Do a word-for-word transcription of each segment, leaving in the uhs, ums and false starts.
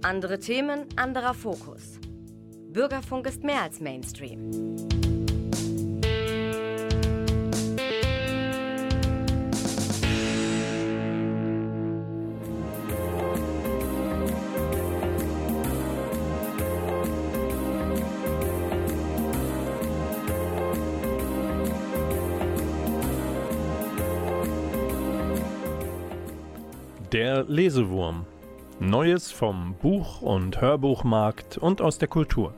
Andere Themen, anderer Fokus. Bürgerfunk ist mehr als Mainstream. Der Lesewurm. Neues vom Buch- und Hörbuchmarkt und aus der Kultur.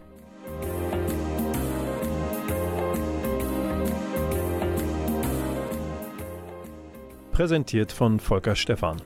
Präsentiert von Volker Stephan.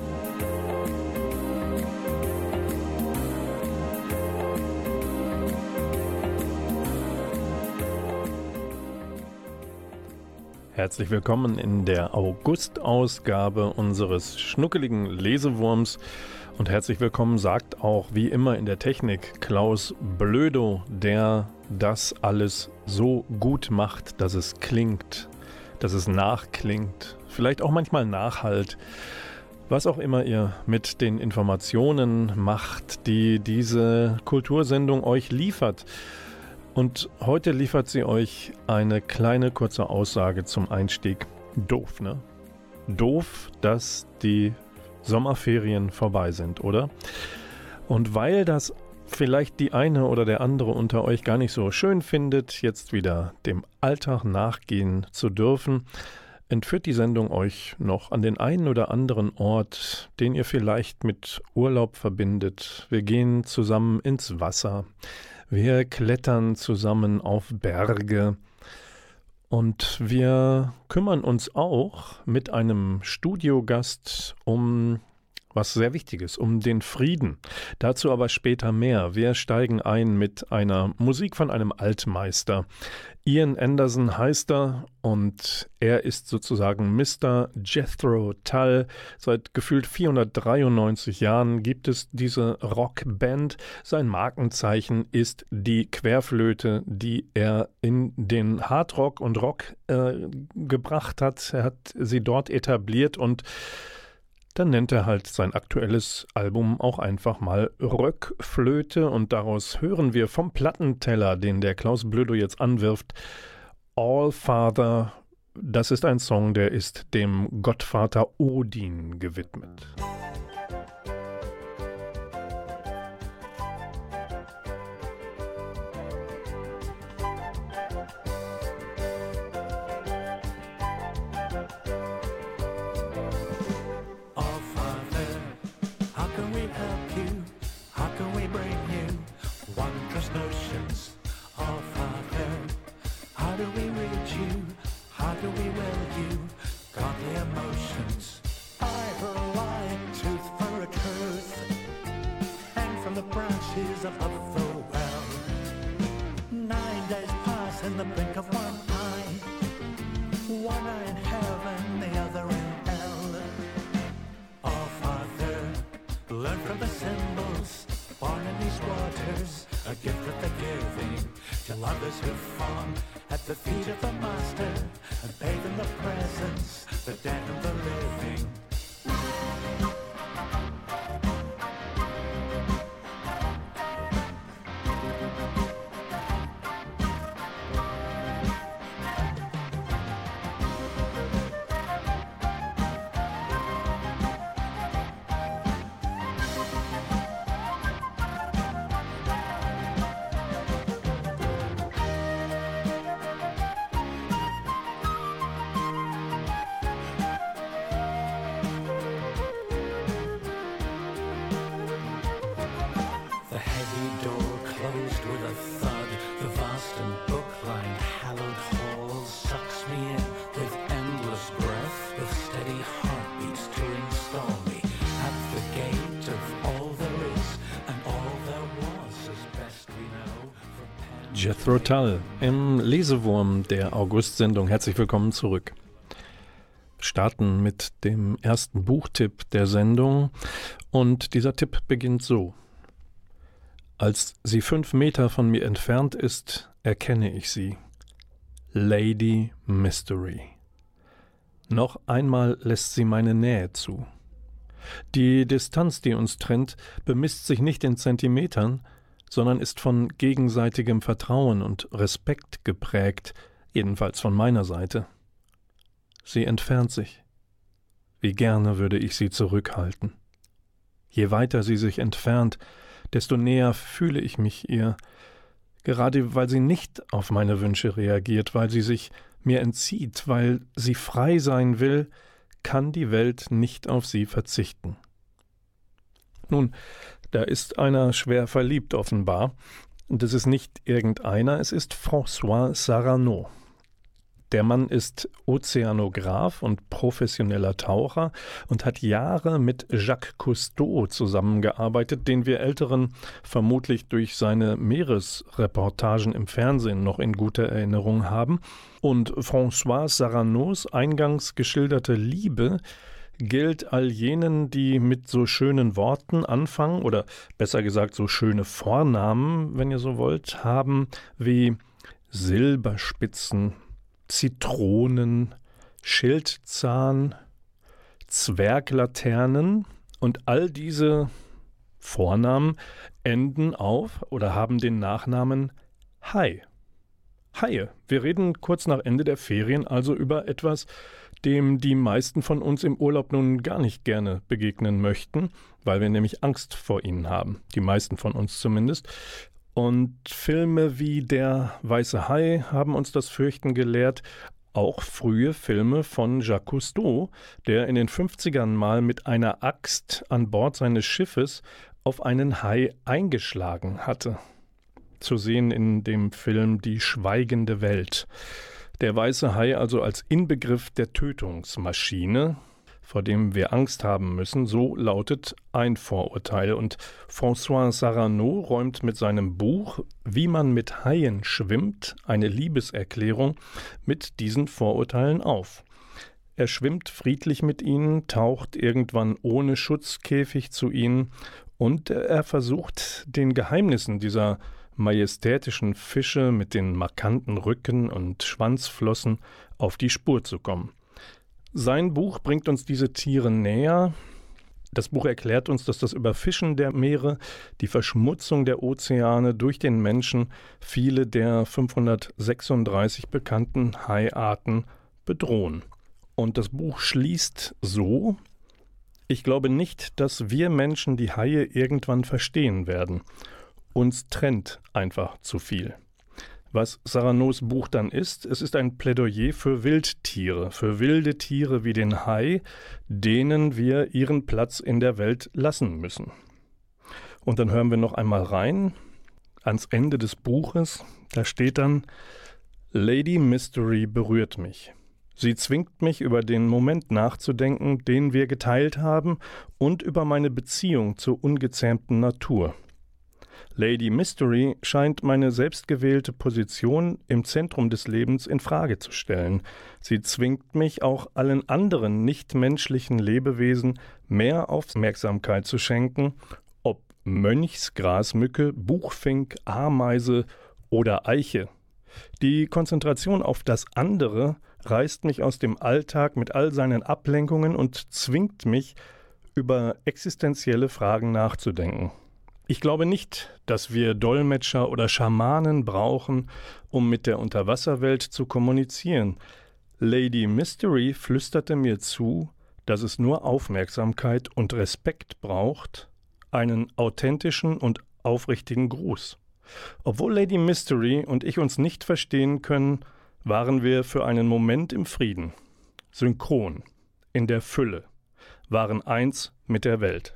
Herzlich willkommen in der August-Ausgabe unseres schnuckeligen Lesewurms und herzlich willkommen sagt auch wie immer in der Technik Klaus Blödo, der das alles so gut macht, dass es klingt, dass es nachklingt, vielleicht auch manchmal nachhallt, was auch immer ihr mit den Informationen macht, die diese Kultursendung euch liefert. Und heute liefert sie euch eine kleine kurze Aussage zum Einstieg. Doof, ne? Doof, dass die Sommerferien vorbei sind, oder? Und weil das vielleicht die eine oder der andere unter euch gar nicht so schön findet, jetzt wieder dem Alltag nachgehen zu dürfen, entführt die Sendung euch noch an den einen oder anderen Ort, den ihr vielleicht mit Urlaub verbindet. Wir gehen zusammen ins Wasser. Wir klettern zusammen auf Berge und wir kümmern uns auch mit einem Studiogast um was sehr Wichtiges, um den Frieden. Dazu aber später mehr. Wir steigen ein mit einer Musik von einem Altmeister. Ian Anderson heißt er und er ist sozusagen Mister Jethro Tull. Seit gefühlt vierhundertdreiundneunzig Jahren gibt es diese Rockband. Sein Markenzeichen ist die Querflöte, die er in den Hardrock und Rock äh, gebracht hat. Er hat sie dort etabliert und dann nennt er halt sein aktuelles Album auch einfach mal Röckflöte und daraus hören wir vom Plattenteller, den der Klaus Blödo jetzt anwirft, All Father. Das ist ein Song, der ist dem Gottvater Odin gewidmet. Jethro Tull im Lesewurm der August-Sendung. Herzlich willkommen zurück. Wir starten mit dem ersten Buchtipp der Sendung und dieser Tipp beginnt so. Als sie fünf Meter von mir entfernt ist, erkenne ich sie. Lady Mystery. Noch einmal lässt sie meine Nähe zu. Die Distanz, die uns trennt, bemisst sich nicht in Zentimetern, sondern ist von gegenseitigem Vertrauen und Respekt geprägt, jedenfalls von meiner Seite. Sie entfernt sich. Wie gerne würde ich sie zurückhalten. Je weiter sie sich entfernt, desto näher fühle ich mich ihr, gerade weil sie nicht auf meine Wünsche reagiert, weil sie sich mir entzieht, weil sie frei sein will, kann die Welt nicht auf sie verzichten. Nun, da ist einer schwer verliebt offenbar, und es ist nicht irgendeiner, es ist François Sarrano. Der Mann ist Ozeanograph und professioneller Taucher und hat Jahre mit Jacques Cousteau zusammengearbeitet, den wir Älteren vermutlich durch seine Meeresreportagen im Fernsehen noch in guter Erinnerung haben. Und François Sarranos eingangs geschilderte Liebe gilt all jenen, die mit so schönen Worten anfangen, oder besser gesagt so schöne Vornamen, wenn ihr so wollt, haben, wie Silberspitzen, Zitronen, Schildzahn, Zwerglaternen, und all diese Vornamen enden auf oder haben den Nachnamen Hai. Haie. Wir reden kurz nach Ende der Ferien also über etwas, dem die meisten von uns im Urlaub nun gar nicht gerne begegnen möchten, weil wir nämlich Angst vor ihnen haben, die meisten von uns zumindest. Und Filme wie Der weiße Hai haben uns das Fürchten gelehrt, auch frühe Filme von Jacques Cousteau, der in den fünfzigern mal mit einer Axt an Bord seines Schiffes auf einen Hai eingeschlagen hatte. Zu sehen in dem Film Die schweigende Welt. Der weiße Hai also als Inbegriff der Tötungsmaschine, vor dem wir Angst haben müssen, so lautet ein Vorurteil. Und François Sarrano räumt mit seinem Buch Wie man mit Haien schwimmt, eine Liebeserklärung, mit diesen Vorurteilen auf. Er schwimmt friedlich mit ihnen, taucht irgendwann ohne Schutzkäfig zu ihnen und er versucht, den Geheimnissen dieser majestätischen Fische mit den markanten Rücken und Schwanzflossen auf die Spur zu kommen. Sein Buch bringt uns diese Tiere näher. Das Buch erklärt uns, dass das Überfischen der Meere, die Verschmutzung der Ozeane durch den Menschen viele der fünfhundertsechsunddreißig bekannten Haiarten bedrohen. Und das Buch schließt so: Ich glaube nicht, dass wir Menschen die Haie irgendwann verstehen werden. Uns trennt einfach zu viel. Was Sarranos Buch dann ist, es ist ein Plädoyer für Wildtiere, für wilde Tiere wie den Hai, denen wir ihren Platz in der Welt lassen müssen. Und dann hören wir noch einmal rein, ans Ende des Buches, da steht dann: Lady Mystery berührt mich. Sie zwingt mich, über den Moment nachzudenken, den wir geteilt haben, und über meine Beziehung zur ungezähmten Natur. Lady Mystery scheint meine selbstgewählte Position im Zentrum des Lebens in Frage zu stellen. Sie zwingt mich, auch allen anderen nichtmenschlichen Lebewesen mehr Aufmerksamkeit zu schenken, ob Mönchsgrasmücke, Buchfink, Ameise oder Eiche. Die Konzentration auf das andere reißt mich aus dem Alltag mit all seinen Ablenkungen und zwingt mich, über existenzielle Fragen nachzudenken. Ich glaube nicht, dass wir Dolmetscher oder Schamanen brauchen, um mit der Unterwasserwelt zu kommunizieren. Lady Mystery flüsterte mir zu, dass es nur Aufmerksamkeit und Respekt braucht, einen authentischen und aufrichtigen Gruß. Obwohl Lady Mystery und ich uns nicht verstehen können, waren wir für einen Moment im Frieden, synchron, in der Fülle, waren eins mit der Welt.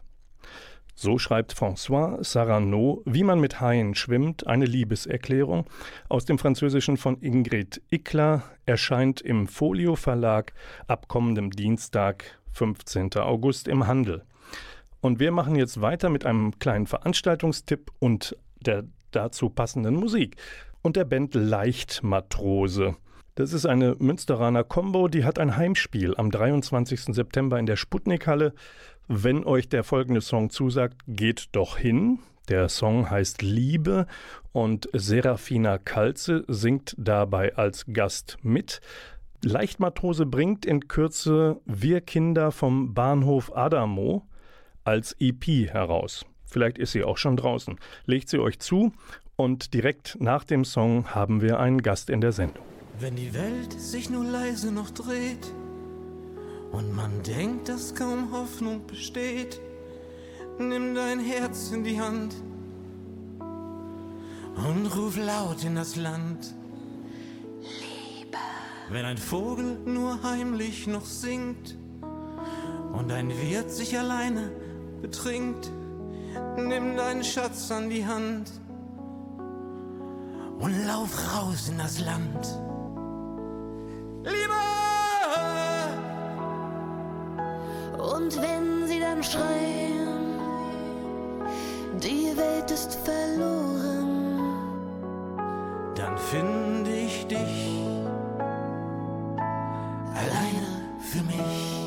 So schreibt François Sarrano, Wie man mit Haien schwimmt, eine Liebeserklärung, aus dem Französischen von Ingrid Ickler, erscheint im Folio Verlag ab kommendem Dienstag, fünfzehnten August im Handel. Und wir machen jetzt weiter mit einem kleinen Veranstaltungstipp und der dazu passenden Musik und der Band Leichtmatrose. Das ist eine Münsteraner Combo, die hat ein Heimspiel am dreiundzwanzigsten September in der Sputnikhalle. Wenn euch der folgende Song zusagt, geht doch hin. Der Song heißt Liebe und Serafina Kalze singt dabei als Gast mit. Leichtmatrose bringt in Kürze Wir Kinder vom Bahnhof Adamo als E P heraus. Vielleicht ist sie auch schon draußen. Legt sie euch zu und direkt nach dem Song haben wir einen Gast in der Sendung. Wenn die Welt sich nur leise noch dreht und man denkt, dass kaum Hoffnung besteht, nimm dein Herz in die Hand und ruf laut in das Land. Liebe. Wenn ein Vogel nur heimlich noch singt und ein Wirt sich alleine betrinkt, nimm deinen Schatz an die Hand und lauf raus in das Land. Liebe! Und wenn sie dann schreien, die Welt ist verloren, dann finde ich dich alleine für mich.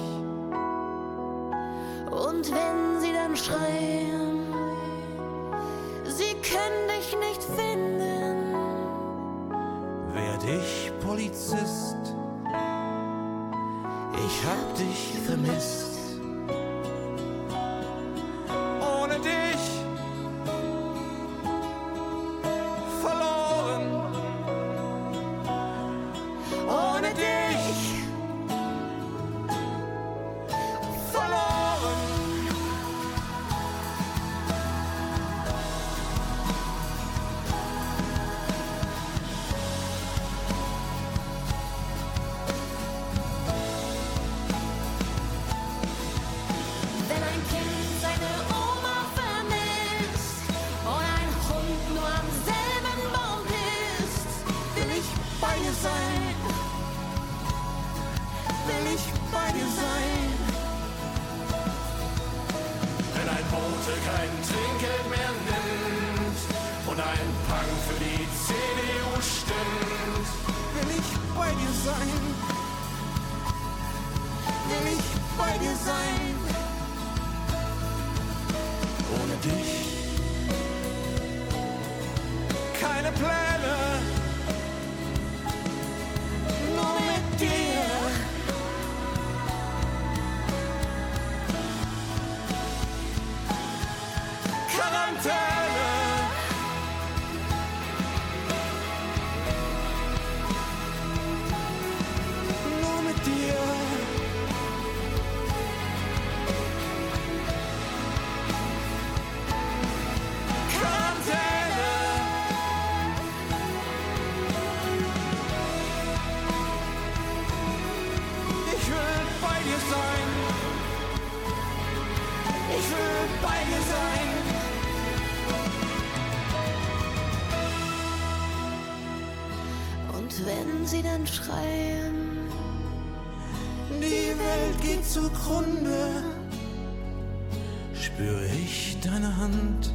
Und wenn sie dann schreien, sie können dich nicht finden, werd ich Polizist, ich hab dich vermisst. Ohne dich verloren, ohne dich verloren. wenn ein Kind seine Oma vermisst und ein Hund nur am selben Baum pisst, Will ich bei dir sein, will ich bei dir sein. Wenn ein Bote kein Trinkgeld mehr nimmt und ein Punk für die C D U stimmt, will ich bei dir sein, will ich bei dir sein. Ohne dich keine Pläne, nur mit dir. Quarantäne, nur mit dir. Quarantäne, ich will bei dir sein, ich will bei dir sein. und wenn sie dann schreien, Die Welt geht zugrunde, spüre ich deine Hand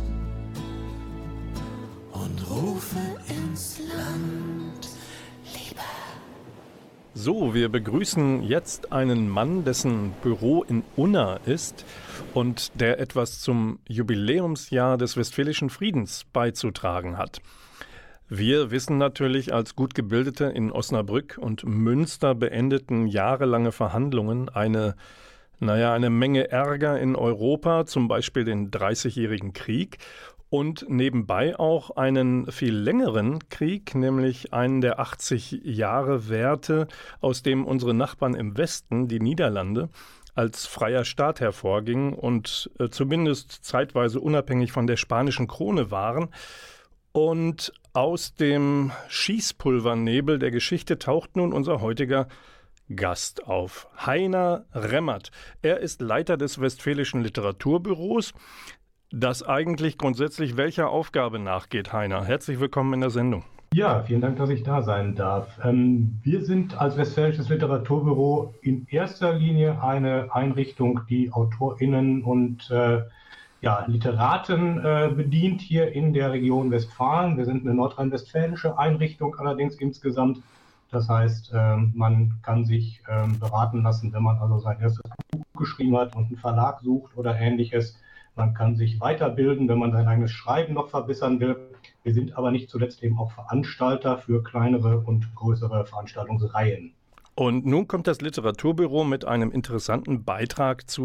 und rufe ins Land. Liebe. So, wir begrüßen jetzt einen Mann, dessen Büro in Unna ist und der etwas zum Jubiläumsjahr des Westfälischen Friedens beizutragen hat. Wir wissen natürlich als gut Gebildete, in Osnabrück und Münster beendeten jahrelange Verhandlungen eine, naja, eine Menge Ärger in Europa, zum Beispiel den Dreißigjährigen Krieg und nebenbei auch einen viel längeren Krieg, nämlich einen der achtzig Jahre währte, aus dem unsere Nachbarn im Westen, die Niederlande, als freier Staat hervorgingen und äh, zumindest zeitweise unabhängig von der spanischen Krone waren. Und aus dem Schießpulvernebel der Geschichte taucht nun unser heutiger Gast auf. Heiner Remmert. Er ist Leiter des Westfälischen Literaturbüros, das eigentlich grundsätzlich welcher Aufgabe nachgeht, Heiner. Herzlich willkommen in der Sendung. Ja, vielen Dank, dass ich da sein darf. Ähm, wir sind als Westfälisches Literaturbüro in erster Linie eine Einrichtung, die AutorInnen und äh, ja, Literaten äh, bedient hier in der Region Westfalen. Wir sind eine nordrhein-westfälische Einrichtung allerdings insgesamt. Das heißt, äh, man kann sich äh, beraten lassen, wenn man also sein erstes Buch geschrieben hat und einen Verlag sucht oder Ähnliches. Man kann sich weiterbilden, wenn man sein eigenes Schreiben noch verbessern will. Wir sind aber nicht zuletzt eben auch Veranstalter für kleinere und größere Veranstaltungsreihen. Und nun kommt das Literaturbüro mit einem interessanten Beitrag zu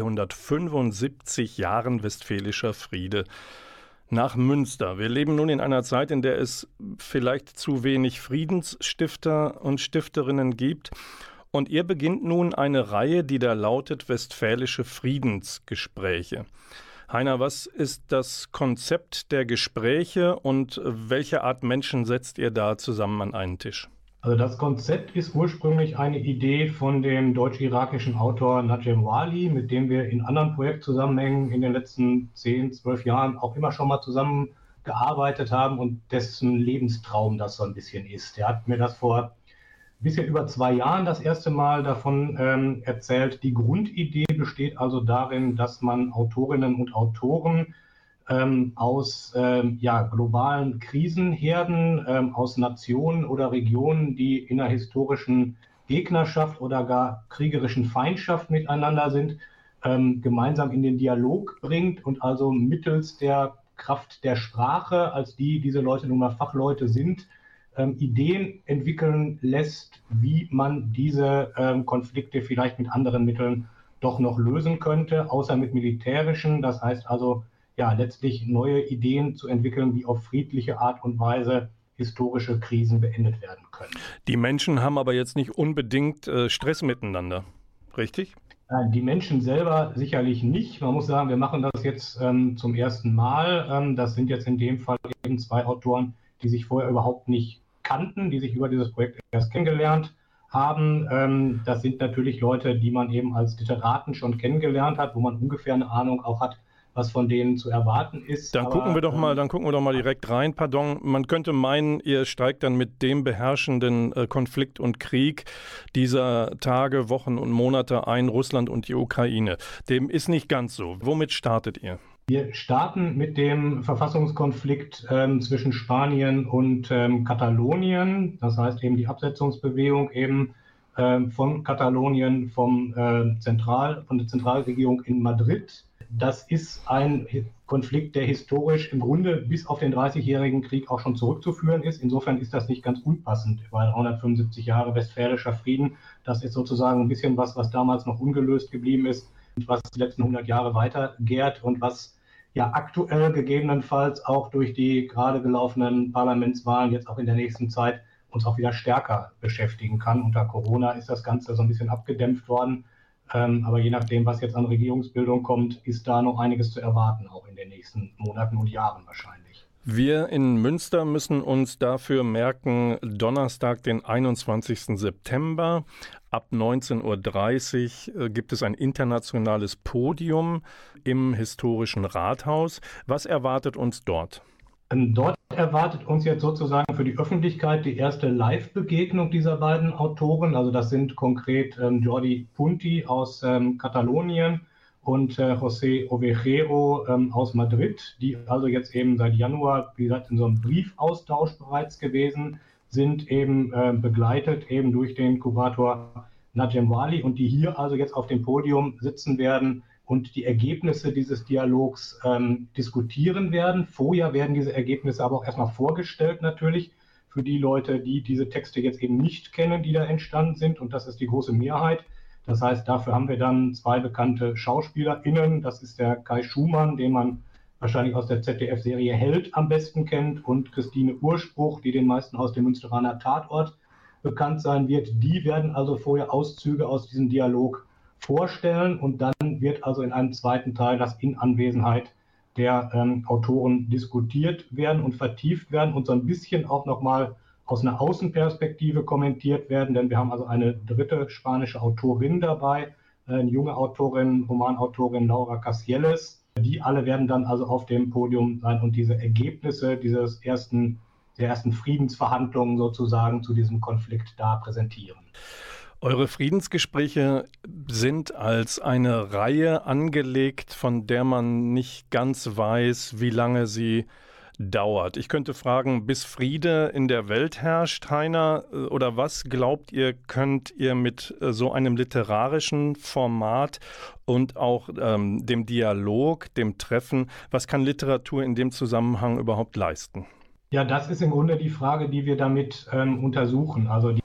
dreihundertfünfundsiebzig Jahren Westfälischer Friede nach Münster. Wir leben nun in einer Zeit, in der es vielleicht zu wenig Friedensstifter und Stifterinnen gibt. Und ihr beginnt nun eine Reihe, die da lautet Westfälische Friedensgespräche. Heiner, was ist das Konzept der Gespräche und welche Art Menschen setzt ihr da zusammen an einen Tisch? Also das Konzept ist ursprünglich eine Idee von dem deutsch-irakischen Autor Najem Wali, mit dem wir in anderen Projektzusammenhängen in den letzten zehn, zwölf Jahren auch immer schon mal zusammengearbeitet haben und dessen Lebenstraum das so ein bisschen ist. Er hat mir das vor ein bisschen über zwei Jahren das erste Mal davon ähm, erzählt. Die Grundidee besteht also darin, dass man Autorinnen und Autoren Ähm, aus ähm, ja, globalen Krisenherden, ähm, aus Nationen oder Regionen, die in einer historischen Gegnerschaft oder gar kriegerischen Feindschaft miteinander sind, ähm, gemeinsam in den Dialog bringt und also mittels der Kraft der Sprache, als die diese Leute nun mal Fachleute sind, ähm, Ideen entwickeln lässt, wie man diese ähm, Konflikte vielleicht mit anderen Mitteln doch noch lösen könnte, außer mit militärischen. Das heißt also, ja, letztlich neue Ideen zu entwickeln, wie auf friedliche Art und Weise historische Krisen beendet werden können. Die Menschen haben aber jetzt nicht unbedingt äh, Stress miteinander, richtig? Nein, die Menschen selber sicherlich nicht. Man muss sagen, wir machen das jetzt ähm, zum ersten Mal. Ähm, das sind jetzt in dem Fall eben zwei Autoren, die sich vorher überhaupt nicht kannten, die sich über dieses Projekt erst kennengelernt haben. Ähm, das sind natürlich Leute, die man eben als Literaten schon kennengelernt hat, wo man ungefähr eine Ahnung auch hat, was von denen zu erwarten ist. Dann Aber, gucken wir doch mal, dann gucken wir doch mal direkt rein. Pardon, man könnte meinen, ihr steigt dann mit dem beherrschenden äh, Konflikt und Krieg dieser Tage, Wochen und Monate ein, Russland und die Ukraine. Dem ist nicht ganz so. Womit startet ihr? Wir starten mit dem Verfassungskonflikt ähm, zwischen Spanien und ähm, Katalonien. Das heißt eben die Absetzungsbewegung eben ähm, von Katalonien vom, äh, Zentral, von der Zentralregierung in Madrid. Das ist ein Konflikt, der historisch im Grunde bis auf den dreißigjährigen Krieg auch schon zurückzuführen ist. Insofern ist das nicht ganz unpassend, weil dreihundertfünfundsiebzig Jahre Westfälischer Frieden, das ist sozusagen ein bisschen was, was damals noch ungelöst geblieben ist und was die letzten hundert Jahre weiter gärt und was ja aktuell gegebenenfalls auch durch die gerade gelaufenen Parlamentswahlen jetzt auch in der nächsten Zeit uns auch wieder stärker beschäftigen kann. Unter Corona ist das Ganze so ein bisschen abgedämpft worden. Ähm, aber je nachdem, was jetzt an Regierungsbildung kommt, ist da noch einiges zu erwarten, auch in den nächsten Monaten und Jahren wahrscheinlich. Wir in Münster müssen uns dafür merken, Donnerstag, den einundzwanzigsten September, ab neunzehn Uhr dreißig äh, gibt es ein internationales Podium im historischen Rathaus. Was erwartet uns dort? Dort erwartet uns jetzt sozusagen für die Öffentlichkeit die erste Live-Begegnung dieser beiden Autoren. Also das sind konkret ähm, Jordi Punti aus ähm, Katalonien und äh, José Ovejero ähm, aus Madrid, die also jetzt eben seit Januar, wie gesagt, in so einem Briefaustausch bereits gewesen sind, eben äh, begleitet eben durch den Kurator Najem Wali und die hier also jetzt auf dem Podium sitzen werden und die Ergebnisse dieses Dialogs ähm, diskutieren werden. Vorher werden diese Ergebnisse aber auch erstmal vorgestellt natürlich für die Leute, die diese Texte jetzt eben nicht kennen, die da entstanden sind. Und das ist die große Mehrheit. Das heißt, dafür haben wir dann zwei bekannte SchauspielerInnen. Das ist der Kai Schumann, den man wahrscheinlich aus der Z D F-Serie Held am besten kennt, und Christine Urspruch, die den meisten aus dem Münsteraner Tatort bekannt sein wird. Die werden also vorher Auszüge aus diesem Dialog vorstellen und dann wird also in einem zweiten Teil das in Anwesenheit der ähm, Autoren diskutiert werden und vertieft werden und so ein bisschen auch nochmal aus einer Außenperspektive kommentiert werden, denn wir haben also eine dritte spanische Autorin dabei, äh, eine junge Autorin, Romanautorin Laura Casielles. Die alle werden dann also auf dem Podium sein und diese Ergebnisse dieses ersten, der ersten Friedensverhandlungen sozusagen zu diesem Konflikt da präsentieren. Eure Friedensgespräche sind als eine Reihe angelegt, von der man nicht ganz weiß, wie lange sie dauert. Ich könnte fragen, bis Friede in der Welt herrscht, Heiner, oder was glaubt ihr, könnt ihr mit so einem literarischen Format und auch ähm, dem Dialog, dem Treffen, was kann Literatur in dem Zusammenhang überhaupt leisten? Ja, das ist im Grunde die Frage, die wir damit ähm, untersuchen. Also die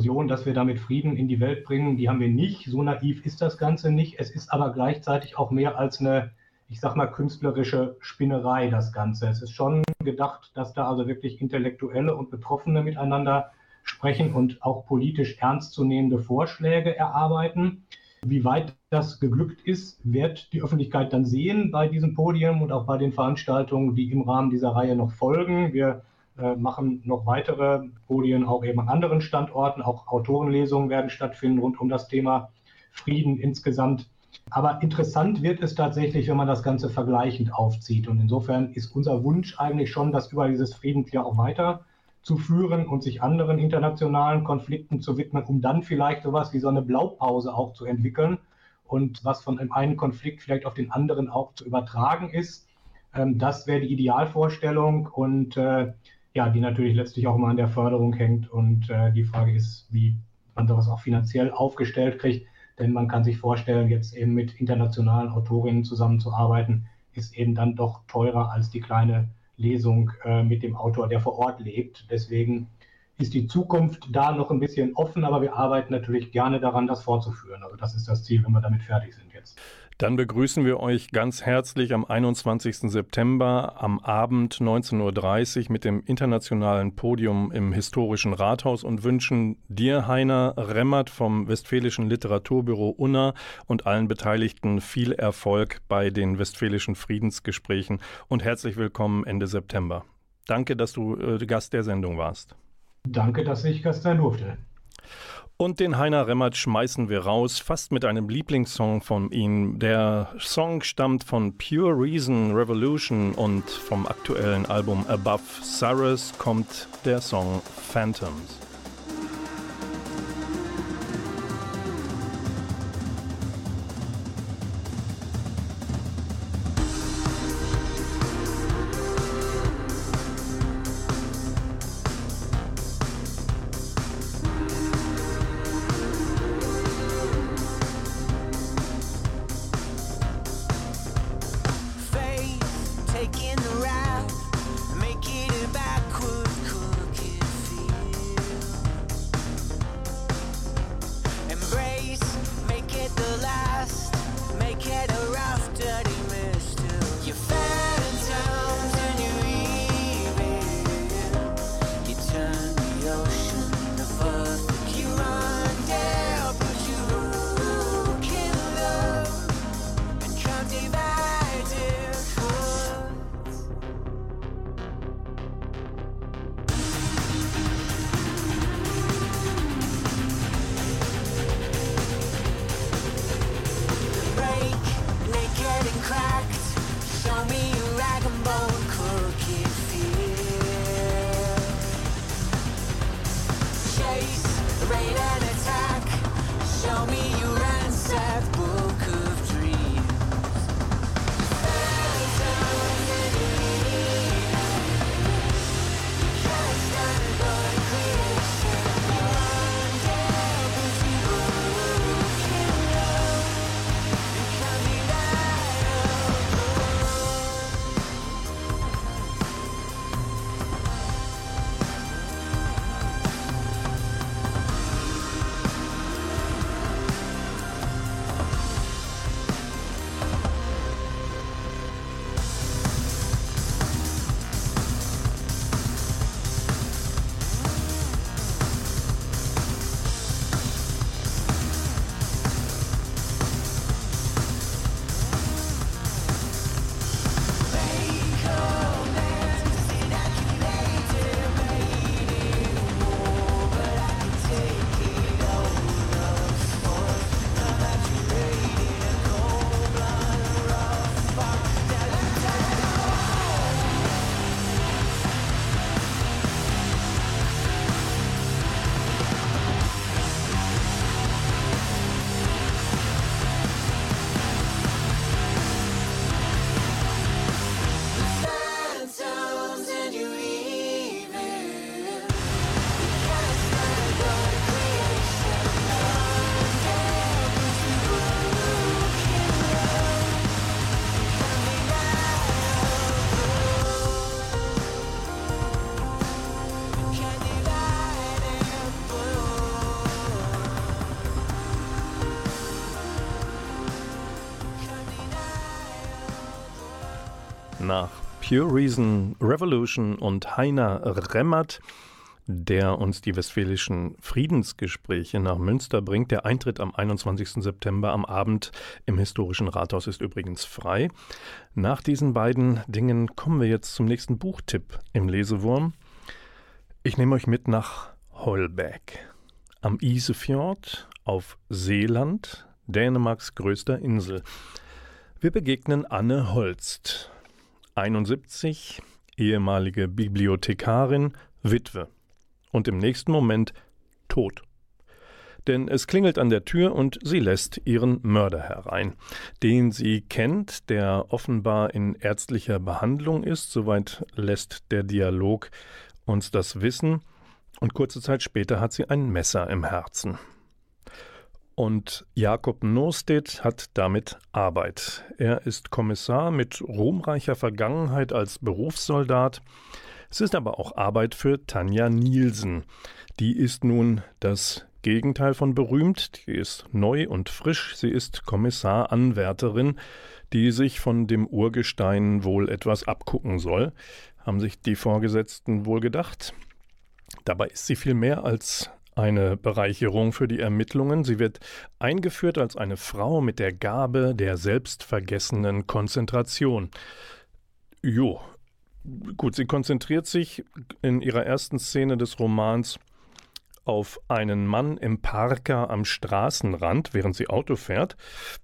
Illusion, dass wir damit Frieden in die Welt bringen, die haben wir nicht. So naiv ist das Ganze nicht. Es ist aber gleichzeitig auch mehr als eine, ich sag mal, künstlerische Spinnerei, das Ganze. Es ist schon gedacht, dass da also wirklich Intellektuelle und Betroffene miteinander sprechen und auch politisch ernstzunehmende Vorschläge erarbeiten. Wie weit das geglückt ist, wird die Öffentlichkeit dann sehen bei diesem Podium und auch bei den Veranstaltungen, die im Rahmen dieser Reihe noch folgen. Wir äh, machen noch weitere Podien auch eben an anderen Standorten. Auch Autorenlesungen werden stattfinden rund um das Thema Frieden insgesamt. Aber interessant wird es tatsächlich, wenn man das Ganze vergleichend aufzieht. Und insofern ist unser Wunsch eigentlich schon, das über dieses Friedensjahr auch weiter zu führen und sich anderen internationalen Konflikten zu widmen, um dann vielleicht sowas wie so eine Blaupause auch zu entwickeln und was von dem einen Konflikt vielleicht auf den anderen auch zu übertragen ist. Ähm, das wäre die Idealvorstellung und äh, ja, die natürlich letztlich auch immer an der Förderung hängt. Und äh, die Frage ist, wie man sowas auch finanziell aufgestellt kriegt. Denn man kann sich vorstellen, jetzt eben mit internationalen Autorinnen zusammenzuarbeiten, ist eben dann doch teurer als die kleine Lesung äh, mit dem Autor, der vor Ort lebt. Deswegen ist die Zukunft da noch ein bisschen offen, aber wir arbeiten natürlich gerne daran, das fortzuführen. Also das ist das Ziel, wenn wir damit fertig sind jetzt. Dann begrüßen wir euch ganz herzlich am einundzwanzigsten September am Abend neunzehn Uhr dreißig mit dem internationalen Podium im Historischen Rathaus und wünschen dir, Heiner Remmert vom Westfälischen Literaturbüro Unna und allen Beteiligten viel Erfolg bei den Westfälischen Friedensgesprächen und herzlich willkommen Ende September. Danke, dass du äh, Gast der Sendung warst. Danke, dass ich Gast sein durfte. Und den Heiner Remmert schmeißen wir raus, fast mit einem Lieblingssong von ihm. Der Song stammt von Pure Reason Revolution und vom aktuellen Album Above Cyrus kommt der Song Phantoms. Taking the route, make it a backward crooked field. nach Pure Reason Revolution und Heiner Remmert, der uns die westfälischen Friedensgespräche nach Münster bringt. Der Eintritt am einundzwanzigsten September am Abend im Historischen Rathaus ist übrigens frei. Nach diesen beiden Dingen kommen wir jetzt zum nächsten Buchtipp im Lesewurm. Ich nehme euch mit nach Holbæk am Isefjord auf Seeland, Dänemarks größter Insel. Wir begegnen Anne Holst, einundsiebzig, ehemalige Bibliothekarin, Witwe und im nächsten Moment tot. Denn es klingelt an der Tür und sie lässt ihren Mörder herein, den sie kennt, der offenbar in ärztlicher Behandlung ist, soweit lässt der Dialog uns das wissen, und kurze Zeit später hat sie ein Messer im Herzen. Und Jakob Norstedt hat damit Arbeit. Er ist Kommissar mit ruhmreicher Vergangenheit als Berufssoldat. Es ist aber auch Arbeit für Tanja Nielsen. Die ist nun das Gegenteil von berühmt. Die ist neu und frisch. Sie ist Kommissaranwärterin, die sich von dem Urgestein wohl etwas abgucken soll. Haben sich die Vorgesetzten wohl gedacht. Dabei ist sie viel mehr als eine Bereicherung für die Ermittlungen. Sie wird eingeführt als eine Frau mit der Gabe der selbstvergessenen Konzentration. Jo, gut, sie konzentriert sich in ihrer ersten Szene des Romans auf einen Mann im Parker am Straßenrand, während sie Auto fährt.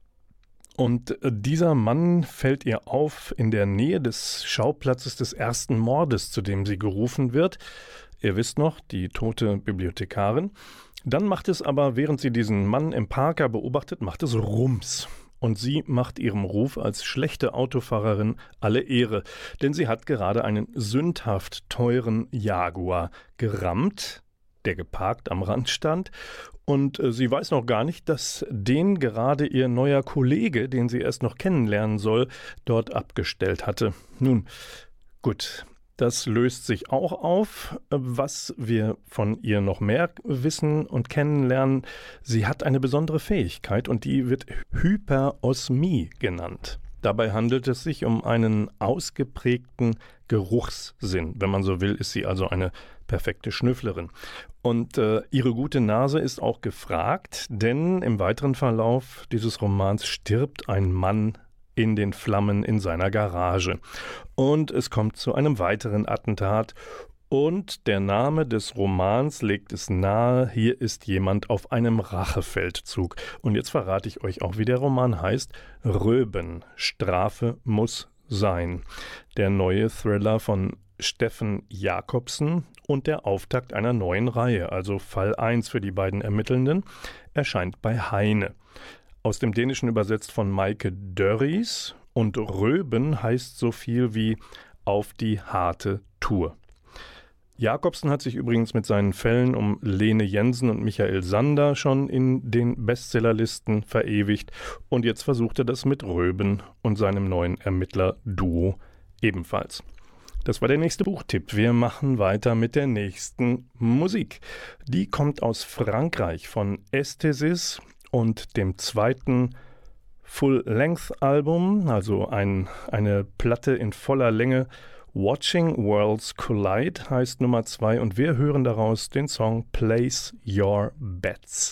Und dieser Mann fällt ihr auf in der Nähe des Schauplatzes des ersten Mordes, zu dem sie gerufen wird. Ihr wisst noch, die tote Bibliothekarin. Dann macht es aber, während sie diesen Mann im Parker beobachtet, macht es Rums. Und sie macht ihrem Ruf als schlechte Autofahrerin alle Ehre. Denn sie hat gerade einen sündhaft teuren Jaguar gerammt, der geparkt am Rand stand. Und äh, sie weiß noch gar nicht, dass den gerade ihr neuer Kollege, den sie erst noch kennenlernen soll, dort abgestellt hatte. Nun, gut. Das löst sich auch auf, was wir von ihr noch mehr wissen und kennenlernen. Sie hat eine besondere Fähigkeit und die wird Hyperosmie genannt. Dabei handelt es sich um einen ausgeprägten Geruchssinn. Wenn man so will, ist sie also eine perfekte Schnüfflerin. Und äh, ihre gute Nase ist auch gefragt, denn im weiteren Verlauf dieses Romans stirbt ein Mann in den Flammen in seiner Garage. Und es kommt zu einem weiteren Attentat. Und der Name des Romans legt es nahe, hier ist jemand auf einem Rachefeldzug. Und jetzt verrate ich euch auch, wie der Roman heißt. Röben, Strafe muss sein. Der neue Thriller von Steffen Jakobsen und der Auftakt einer neuen Reihe, also Fall eins für die beiden Ermittelnden, erscheint bei Heine. Aus dem Dänischen übersetzt von Maike Dörries, und Röben heißt so viel wie auf die harte Tour. Jakobsen hat sich übrigens mit seinen Fällen um Lene Jensen und Michael Sander schon in den Bestsellerlisten verewigt und jetzt versucht er das mit Röben und seinem neuen Ermittler-Duo ebenfalls. Das war der nächste Buchtipp. Wir machen weiter mit der nächsten Musik. Die kommt aus Frankreich von Esthesis und dem zweiten Full-Length-Album, also ein, eine Platte in voller Länge. Watching Worlds Collide heißt Nummer zwei und wir hören daraus den Song Place Your Bets.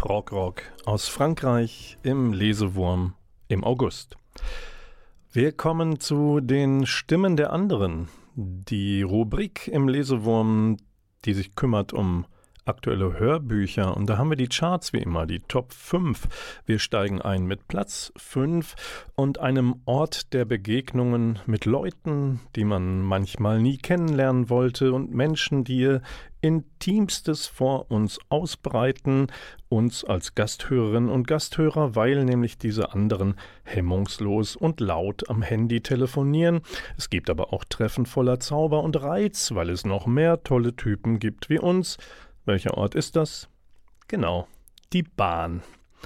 Prog-Rock aus Frankreich im Lesewurm im August. Wir kommen zu den Stimmen der anderen, die Rubrik im Lesewurm, die sich kümmert um aktuelle Hörbücher. Und da haben wir die Charts wie immer, die Top fünf. Wir steigen ein mit Platz fünf und einem Ort der Begegnungen mit Leuten, die man manchmal nie kennenlernen wollte und Menschen, die ihr Intimstes vor uns ausbreiten, uns als Gasthörerinnen und Gasthörer, weil nämlich diese anderen hemmungslos und laut am Handy telefonieren. Es gibt aber auch Treffen voller Zauber und Reiz, weil es noch mehr tolle Typen gibt wie uns. Welcher Ort ist das? Genau, die Bahn.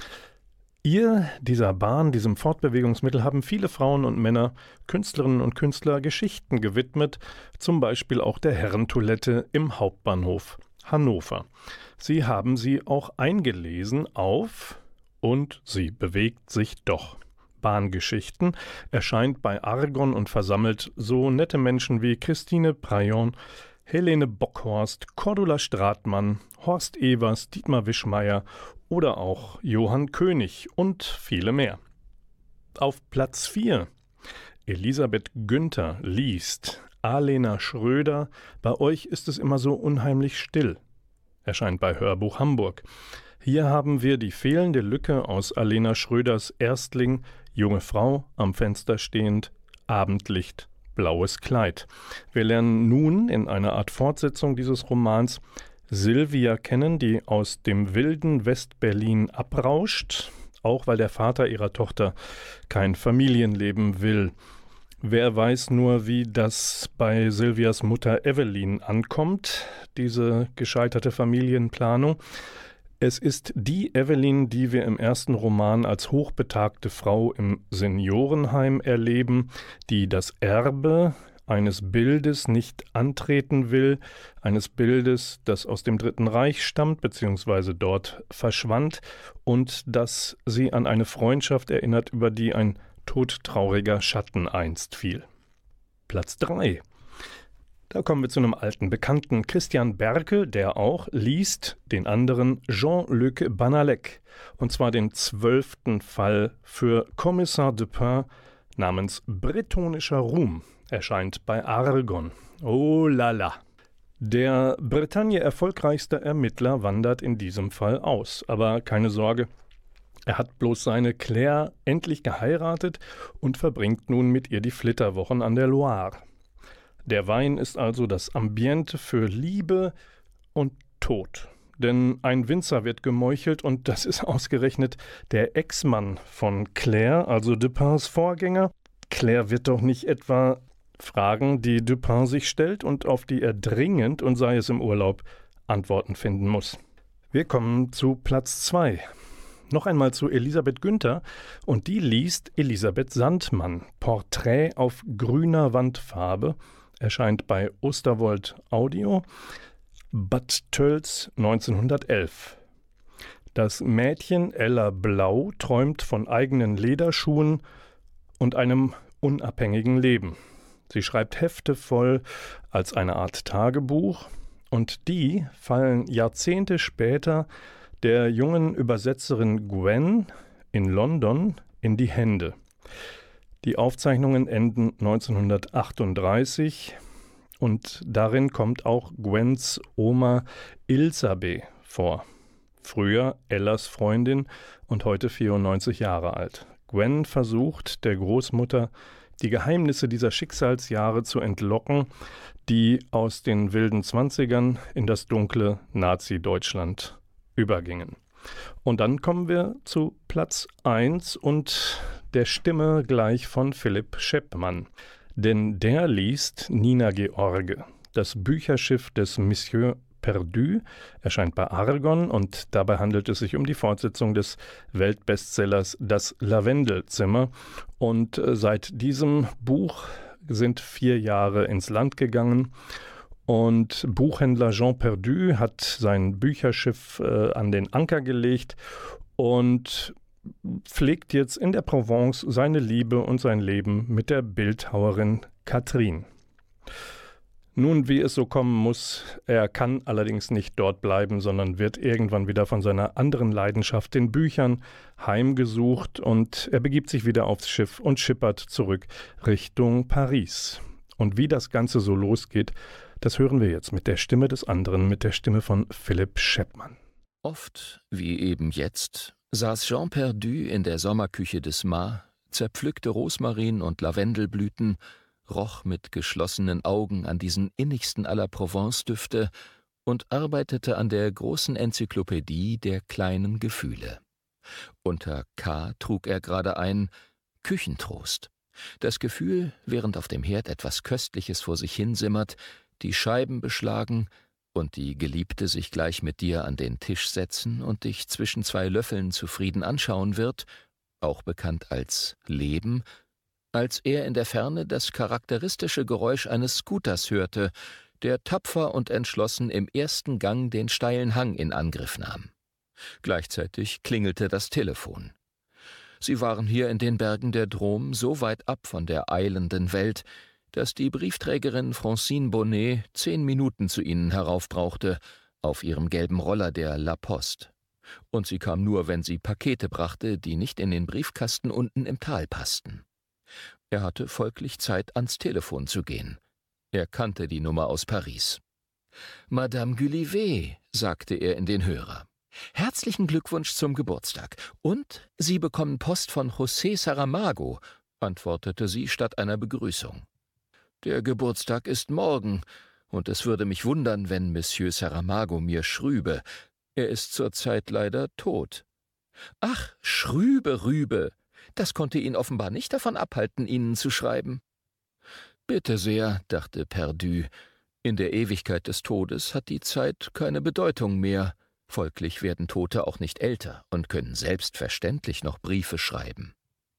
Ihr, dieser Bahn, diesem Fortbewegungsmittel, haben viele Frauen und Männer, Künstlerinnen und Künstler Geschichten gewidmet, zum Beispiel auch der Herrentoilette im Hauptbahnhof Hannover. Sie haben sie auch eingelesen auf Und sie bewegt sich doch. Bahngeschichten erscheint bei Argon und versammelt so nette Menschen wie Christine Prayon, Helene Bockhorst, Cordula Stratmann, Horst Evers, Dietmar Wischmeier oder auch Johann König und viele mehr. Auf Platz vier Elisabeth Günther liest Alena Schröder, bei euch ist es immer so unheimlich still. Erscheint bei Hörbuch Hamburg. Hier haben wir die fehlende Lücke aus Alena Schröders Erstling, junge Frau, am Fenster stehend, Abendlicht, blaues Kleid. Wir lernen nun in einer Art Fortsetzung dieses Romans Silvia kennen, die aus dem wilden Westberlin abrauscht, auch weil der Vater ihrer Tochter kein Familienleben will. Wer weiß nur, wie das bei Silvias Mutter Evelyn ankommt, diese gescheiterte Familienplanung. Es ist die Evelyn, die wir im ersten Roman als hochbetagte Frau im Seniorenheim erleben, die das Erbe eines Bildes nicht antreten will, eines Bildes, das aus dem Dritten Reich stammt bzw. dort verschwand und das sie an eine Freundschaft erinnert, über die ein todtrauriger Schatten einst fiel. Platz drei. Da kommen wir zu einem alten Bekannten, Christian Berke, der auch liest den anderen Jean-Luc Banalek, und zwar den zwölften Fall für Kommissar Dupin namens Bretonischer Ruhm, erscheint bei Argon. Oh la la! Der Bretagne erfolgreichste Ermittler wandert in diesem Fall aus, aber keine Sorge, er hat bloß seine Claire endlich geheiratet und verbringt nun mit ihr die Flitterwochen an der Loire. Der Wein ist also das Ambiente für Liebe und Tod. Denn ein Winzer wird gemeuchelt und das ist ausgerechnet der Ex-Mann von Claire, also Dupins Vorgänger. Claire wird doch nicht etwa Fragen, die Dupin sich stellt und auf die er dringend, und sei es im Urlaub, Antworten finden muss. Wir kommen zu Platz zwei. Noch einmal zu Elisabeth Günther, und die liest Elisabeth Sandmann, Porträt auf grüner Wandfarbe, erscheint bei Osterwold Audio, Bad Tölz neunzehnhundertelf. Das Mädchen Ella Blau träumt von eigenen Lederschuhen und einem unabhängigen Leben. Sie schreibt Hefte voll als eine Art Tagebuch, und die fallen Jahrzehnte später der jungen Übersetzerin Gwen in London in die Hände. Die Aufzeichnungen enden neunzehnhundertachtunddreißig und darin kommt auch Gwens Oma Ilsabe vor. Früher Ellas Freundin und heute vierundneunzig Jahre alt. Gwen versucht der Großmutter, die Geheimnisse dieser Schicksalsjahre zu entlocken, die aus den wilden Zwanzigern in das dunkle Nazi-Deutschland übergingen. Und dann kommen wir zu Platz eins und der Stimme gleich von Philipp Scheppmann. Denn der liest Nina George, das Bücherschiff des Monsieur Perdu, erscheint bei Argon, und dabei handelt es sich um die Fortsetzung des Weltbestsellers Das Lavendelzimmer. Und seit diesem Buch sind vier Jahre ins Land gegangen. Und Buchhändler Jean Perdu hat sein Bücherschiff äh, an den Anker gelegt und pflegt jetzt in der Provence seine Liebe und sein Leben mit der Bildhauerin Catherine. Nun, wie es so kommen muss, er kann allerdings nicht dort bleiben, sondern wird irgendwann wieder von seiner anderen Leidenschaft, den Büchern, heimgesucht und er begibt sich wieder aufs Schiff und schippert zurück Richtung Paris. Und wie das Ganze so losgeht, das hören wir jetzt mit der Stimme des anderen, mit der Stimme von Philipp Schäppmann. Oft, wie eben jetzt, saß Jean Perdu in der Sommerküche des Mât, zerpflückte Rosmarin und Lavendelblüten, roch mit geschlossenen Augen an diesen innigsten aller Provence-Düfte und arbeitete an der großen Enzyklopädie der kleinen Gefühle. Unter K trug er gerade ein Küchentrost. Das Gefühl, während auf dem Herd etwas Köstliches vor sich hinsimmert, die Scheiben beschlagen und die Geliebte sich gleich mit dir an den Tisch setzen und dich zwischen zwei Löffeln zufrieden anschauen wird, auch bekannt als Leben, als er in der Ferne das charakteristische Geräusch eines Scooters hörte, der tapfer und entschlossen im ersten Gang den steilen Hang in Angriff nahm. Gleichzeitig klingelte das Telefon. Sie waren hier in den Bergen der Drôme so weit ab von der eilenden Welt, dass die Briefträgerin Francine Bonnet zehn Minuten zu ihnen heraufbrauchte, auf ihrem gelben Roller der La Poste. Und sie kam nur, wenn sie Pakete brachte, die nicht in den Briefkasten unten im Tal passten. Er hatte folglich Zeit, ans Telefon zu gehen. Er kannte die Nummer aus Paris. »Madame Gulliver«, sagte er in den Hörer. »Herzlichen Glückwunsch zum Geburtstag. Und Sie bekommen Post von José Saramago«, antwortete sie statt einer Begrüßung. »Der Geburtstag ist morgen, und es würde mich wundern, wenn Monsieur Saramago mir schrübe. Er ist zurzeit leider tot.« »Ach, Schrübe, Rübe! Das konnte ihn offenbar nicht davon abhalten, Ihnen zu schreiben.« »Bitte sehr«, dachte Perdu, »in der Ewigkeit des Todes hat die Zeit keine Bedeutung mehr. Folglich werden Tote auch nicht älter und können selbstverständlich noch Briefe schreiben.«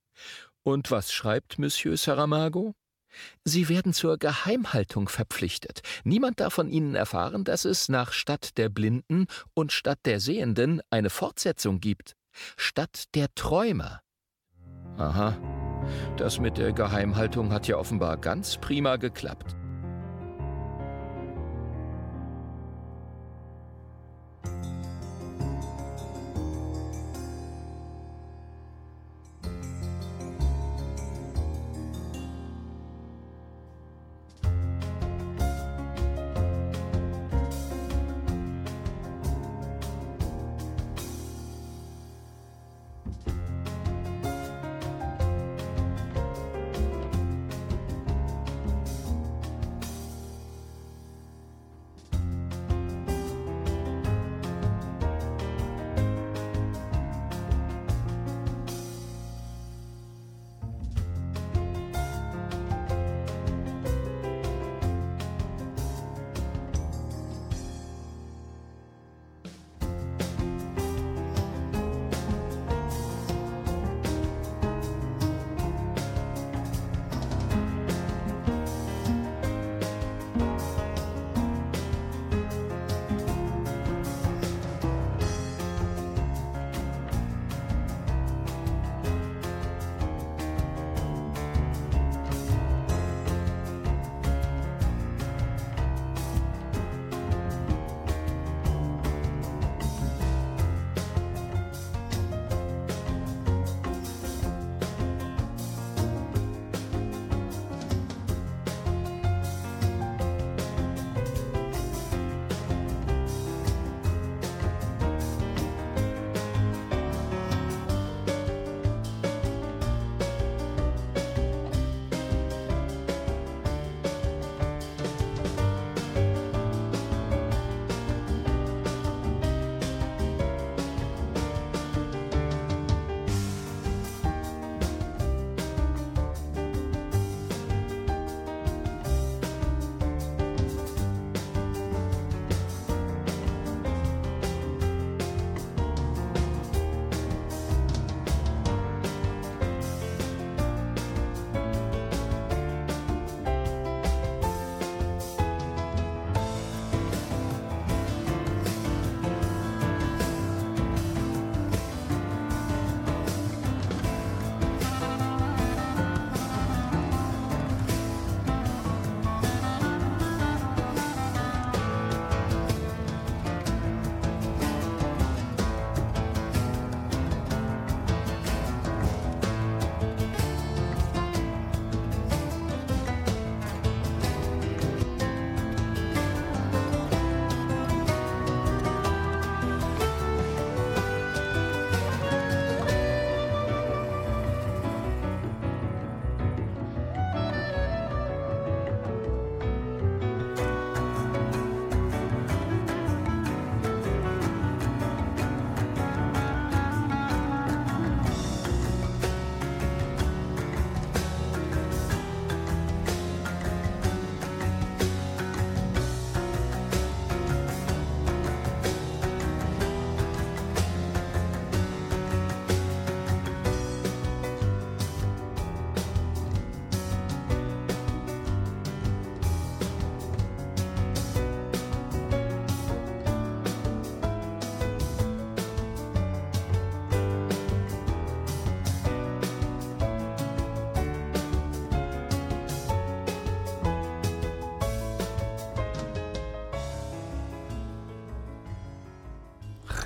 »Und was schreibt Monsieur Saramago?« »Sie werden zur Geheimhaltung verpflichtet. Niemand darf von Ihnen erfahren, dass es nach Stadt der Blinden und Stadt der Sehenden eine Fortsetzung gibt. Stadt der Träumer.« »Aha, das mit der Geheimhaltung hat ja offenbar ganz prima geklappt.«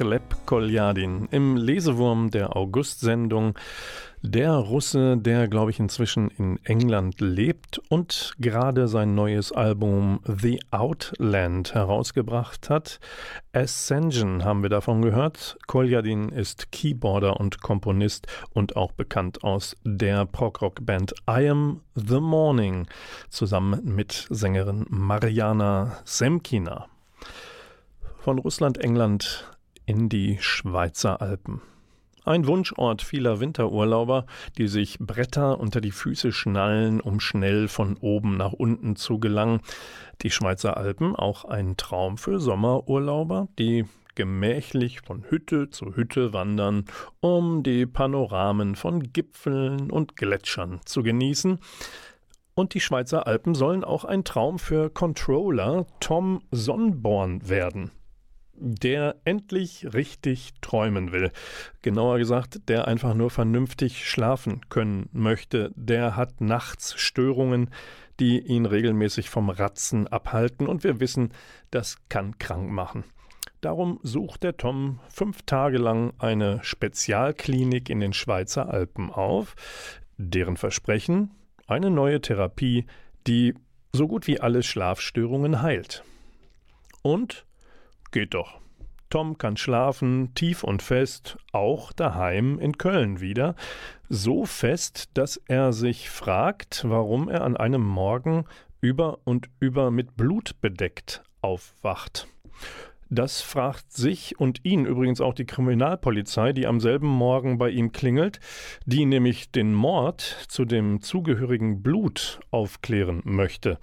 Chleb Koljadin im Lesewurm der August-Sendung. Der Russe, der, glaube ich, inzwischen in England lebt und gerade sein neues Album The Outland herausgebracht hat. Ascension haben wir davon gehört. Koljadin ist Keyboarder und Komponist und auch bekannt aus der Prog-Rock-Band I Am The Morning, zusammen mit Sängerin Mariana Semkina. Von Russland, England in die Schweizer Alpen. Ein Wunschort vieler Winterurlauber, die sich Bretter unter die Füße schnallen, um schnell von oben nach unten zu gelangen. Die Schweizer Alpen, auch ein Traum für Sommerurlauber, die gemächlich von Hütte zu Hütte wandern, um die Panoramen von Gipfeln und Gletschern zu genießen. Und die Schweizer Alpen sollen auch ein Traum für Controller Tom Sonborn werden, der endlich richtig träumen will. Genauer gesagt, der einfach nur vernünftig schlafen können möchte. Der hat nachts Störungen, die ihn regelmäßig vom Ratzen abhalten. Und wir wissen, das kann krank machen. Darum sucht der Tom fünf Tage lang eine Spezialklinik in den Schweizer Alpen auf, deren Versprechen eine neue Therapie, die so gut wie alle Schlafstörungen heilt. Und geht doch. Tom kann schlafen, tief und fest, auch daheim in Köln wieder. So fest, dass er sich fragt, warum er an einem Morgen über und über mit Blut bedeckt aufwacht. Das fragt sich und ihn übrigens auch die Kriminalpolizei, die am selben Morgen bei ihm klingelt, die nämlich den Mord zu dem zugehörigen Blut aufklären möchte.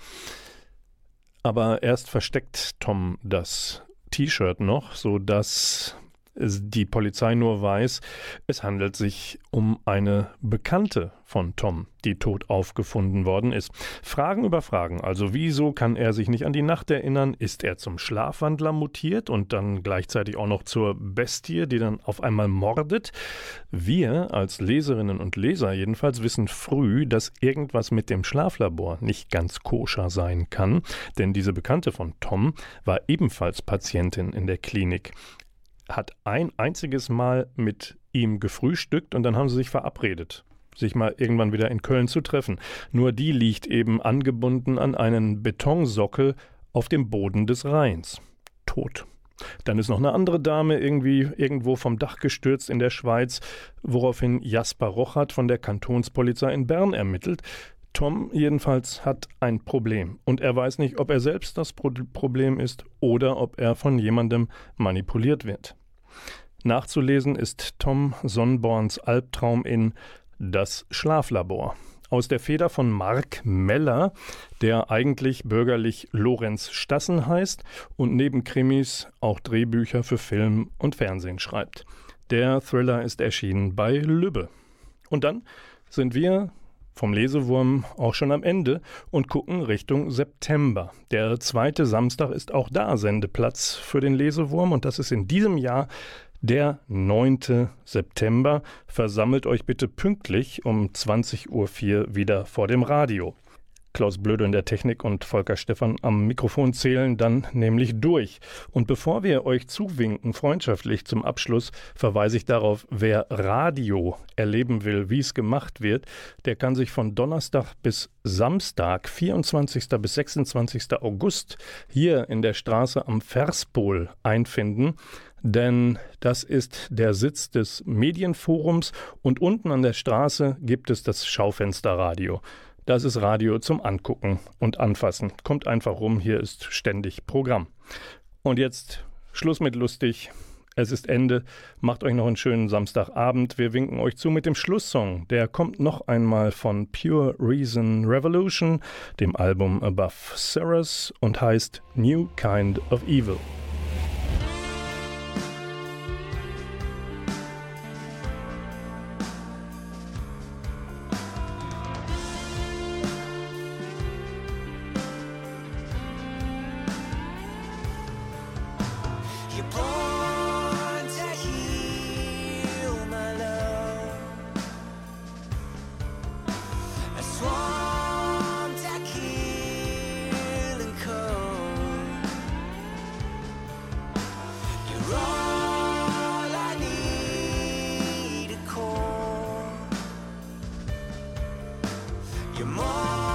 Aber erst versteckt Tom das T-Shirt noch, sodass die Polizei nur weiß, es handelt sich um eine Bekannte von Tom, die tot aufgefunden worden ist. Fragen über Fragen, also wieso kann er sich nicht an die Nacht erinnern? Ist er zum Schlafwandler mutiert und dann gleichzeitig auch noch zur Bestie, die dann auf einmal mordet? Wir als Leserinnen und Leser jedenfalls wissen früh, dass irgendwas mit dem Schlaflabor nicht ganz koscher sein kann, denn diese Bekannte von Tom war ebenfalls Patientin in der Klinik, hat ein einziges Mal mit ihm gefrühstückt und dann haben sie sich verabredet, sich mal irgendwann wieder in Köln zu treffen. Nur die liegt eben angebunden an einen Betonsockel auf dem Boden des Rheins. Tot. Dann ist noch eine andere Dame irgendwie irgendwo vom Dach gestürzt in der Schweiz, woraufhin Jasper Rochert von der Kantonspolizei in Bern ermittelt. Tom jedenfalls hat ein Problem und er weiß nicht, ob er selbst das Pro- Problem ist oder ob er von jemandem manipuliert wird. Nachzulesen ist Tom Sonborns Albtraum in Das Schlaflabor. Aus der Feder von Mark Meller, der eigentlich bürgerlich Lorenz Stassen heißt und neben Krimis auch Drehbücher für Film und Fernsehen schreibt. Der Thriller ist erschienen bei Lübbe. Und dann sind wir vom Lesewurm auch schon am Ende und gucken Richtung September. Der zweite Samstag ist auch da Sendeplatz für den Lesewurm und das ist in diesem Jahr der neunte September. Versammelt euch bitte pünktlich um zwanzig Uhr vier wieder vor dem Radio. Klaus Blöde in der Technik und Volker Stephan am Mikrofon zählen dann nämlich durch. Und bevor wir euch zuwinken, freundschaftlich zum Abschluss, verweise ich darauf, wer Radio erleben will, wie es gemacht wird, der kann sich von Donnerstag bis Samstag, vierundzwanzigsten bis sechsundzwanzigsten August, hier in der Straße am Verspol einfinden. Denn das ist der Sitz des Medienforums und unten an der Straße gibt es das Schaufensterradio. Das ist Radio zum Angucken und Anfassen. Kommt einfach rum, hier ist ständig Programm. Und jetzt Schluss mit lustig. Es ist Ende. Macht euch noch einen schönen Samstagabend. Wir winken euch zu mit dem Schlusssong. Der kommt noch einmal von Pure Reason Revolution, dem Album Above Ceres und heißt New Kind of Evil. Morgen.